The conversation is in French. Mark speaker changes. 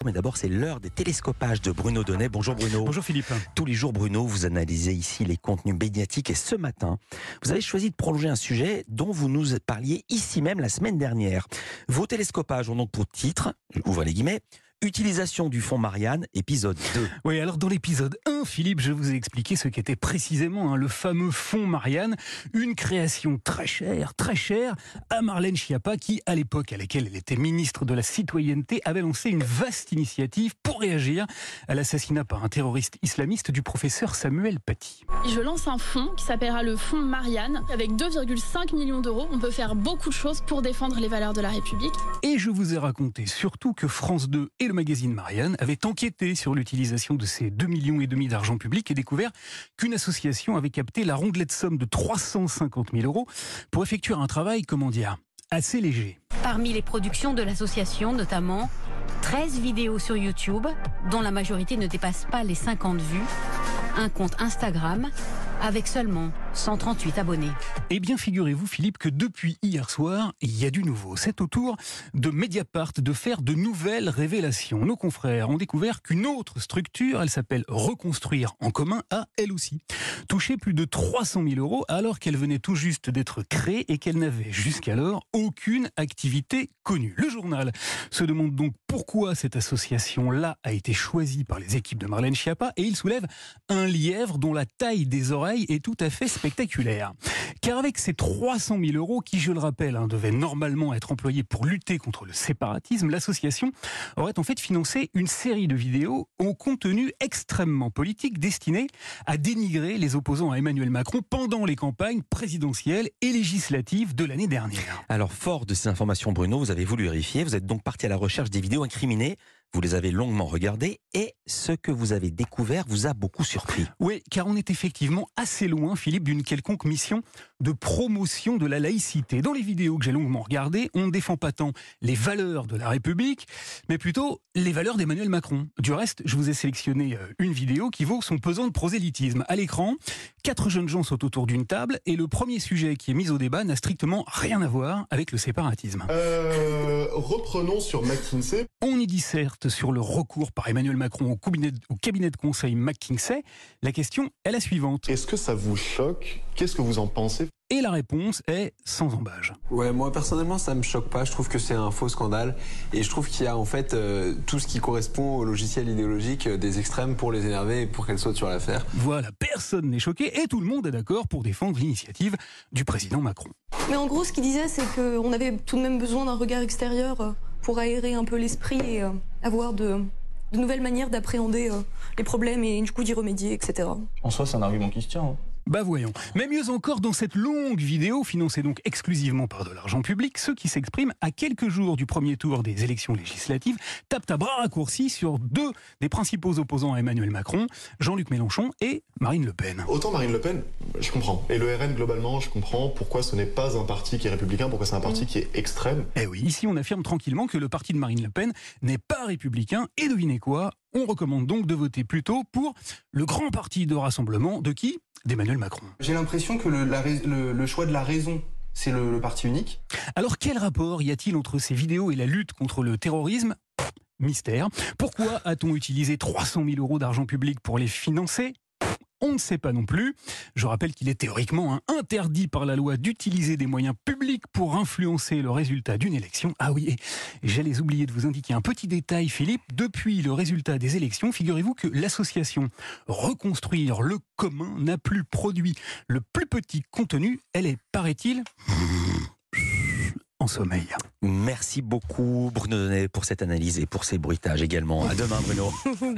Speaker 1: Mais d'abord, c'est l'heure des télescopages de Bruno Donnet. Bonjour Bruno.
Speaker 2: Bonjour Philippe.
Speaker 1: Tous les jours, Bruno, vous analysez ici les contenus médiatiques et ce matin, vous avez choisi de prolonger un sujet dont vous nous parliez ici même la semaine dernière. Vos télescopages ont donc pour titre, ouvrez les guillemets, utilisation du fonds Marianne, épisode 2.
Speaker 2: Oui, alors dans l'épisode 1, Philippe, je vous ai expliqué ce qu'était précisément le fameux fonds Marianne, une création très chère à Marlène Schiappa qui, à l'époque à laquelle elle était ministre de la Citoyenneté, avait lancé une vaste initiative pour réagir à l'assassinat par un terroriste islamiste du professeur Samuel Paty.
Speaker 3: Je lance un fonds qui s'appellera le fonds Marianne. Avec 2,5 millions d'euros, on peut faire beaucoup de choses pour défendre les valeurs de la République.
Speaker 2: Et je vous ai raconté surtout que France 2 et le magazine Marianne avaient enquêté sur l'utilisation de ces 2,5 millions d'argent public et découvert qu'une association avait capté la rondelette somme de 350 000 euros pour effectuer un travail, assez léger.
Speaker 4: Parmi les productions de l'association, notamment 13 vidéos sur YouTube, dont la majorité ne dépasse pas les 50 vues, un compte Instagram avec seulement 138 abonnés.
Speaker 2: Eh bien, figurez-vous, Philippe, que depuis hier soir, il y a du nouveau. C'est au tour de Mediapart de faire de nouvelles révélations. Nos confrères ont découvert qu'une autre structure, elle s'appelle Reconstruire en commun, a, elle aussi, touché plus de 300 000 euros alors qu'elle venait tout juste d'être créée et qu'elle n'avait jusqu'alors aucune activité connue. Le journal se demande donc pourquoi cette association-là a été choisie par les équipes de Marlène Schiappa et il soulève un lièvre dont la taille des oreilles est tout à fait spectaculaire. Car avec ces 300 000 euros qui, je le rappelle, devaient normalement être employés pour lutter contre le séparatisme, l'association aurait en fait financé une série de vidéos au contenu extrêmement politique destinées à dénigrer les opposants à Emmanuel Macron pendant les campagnes présidentielles et législatives de l'année dernière.
Speaker 1: Alors, fort de ces informations, Bruno, vous avez voulu vérifier, vous êtes donc parti à la recherche des vidéos incriminées. Vous les avez longuement regardées et ce que vous avez découvert vous a beaucoup surpris.
Speaker 2: Oui, car on est effectivement assez loin, Philippe, d'une quelconque mission de promotion de la laïcité. Dans les vidéos que j'ai longuement regardées, on ne défend pas tant les valeurs de la République, mais plutôt les valeurs d'Emmanuel Macron. Du reste, je vous ai sélectionné une vidéo qui vaut son pesant de prosélytisme. À l'écran, 4 jeunes gens sont autour d'une table et le premier sujet qui est mis au débat n'a strictement rien à voir avec le séparatisme.
Speaker 5: Reprenons sur McKinsey.
Speaker 2: On y disserte sur le recours par Emmanuel Macron au cabinet de conseil McKinsey. La question est la suivante.
Speaker 5: Est-ce que ça vous choque? Qu'est-ce que vous en pensez?
Speaker 2: Et la réponse est sans embâche.
Speaker 6: Ouais, moi personnellement ça me choque pas, je trouve que c'est un faux scandale et je trouve qu'il y a en fait tout ce qui correspond au logiciel idéologique des extrêmes pour les énerver et pour qu'elles sautent sur l'affaire.
Speaker 2: Voilà, personne n'est choqué et tout le monde est d'accord pour défendre l'initiative du président Macron.
Speaker 7: Mais en gros ce qu'il disait c'est qu'on avait tout de même besoin d'un regard extérieur pour aérer un peu l'esprit et avoir de nouvelles manières d'appréhender les problèmes et du coup d'y remédier, etc.
Speaker 8: En soi c'est un argument qui se tient. Hein.
Speaker 2: Bah voyons. Mais mieux encore, dans cette longue vidéo, financée donc exclusivement par de l'argent public, ceux qui s'expriment à quelques jours du premier tour des élections législatives tapent à bras raccourcis sur 2 des principaux opposants à Emmanuel Macron, Jean-Luc Mélenchon et Marine Le Pen.
Speaker 5: Autant Marine Le Pen, je comprends. Et le RN globalement, je comprends pourquoi ce n'est pas un parti qui est républicain, pourquoi c'est un parti qui est extrême.
Speaker 2: Eh oui, ici on affirme tranquillement que le parti de Marine Le Pen n'est pas républicain et devinez quoi ? On recommande donc de voter plutôt pour le grand parti de rassemblement de qui ? D'Emmanuel Macron.
Speaker 9: J'ai l'impression que le choix de la raison, c'est le parti unique.
Speaker 2: Alors quel rapport y a-t-il entre ces vidéos et la lutte contre le terrorisme ? Mystère. Pourquoi a-t-on utilisé 300 000 euros d'argent public pour les financer ? On ne sait pas non plus. Je rappelle qu'il est théoriquement interdit par la loi d'utiliser des moyens publics pour influencer le résultat d'une élection. Ah oui, et j'allais oublier de vous indiquer un petit détail, Philippe. Depuis le résultat des élections, figurez-vous que l'association Reconstruire le commun n'a plus produit le plus petit contenu. Elle est, paraît-il, en sommeil.
Speaker 1: Merci beaucoup Bruno Donnet pour cette analyse et pour ces bruitages également. À demain Bruno.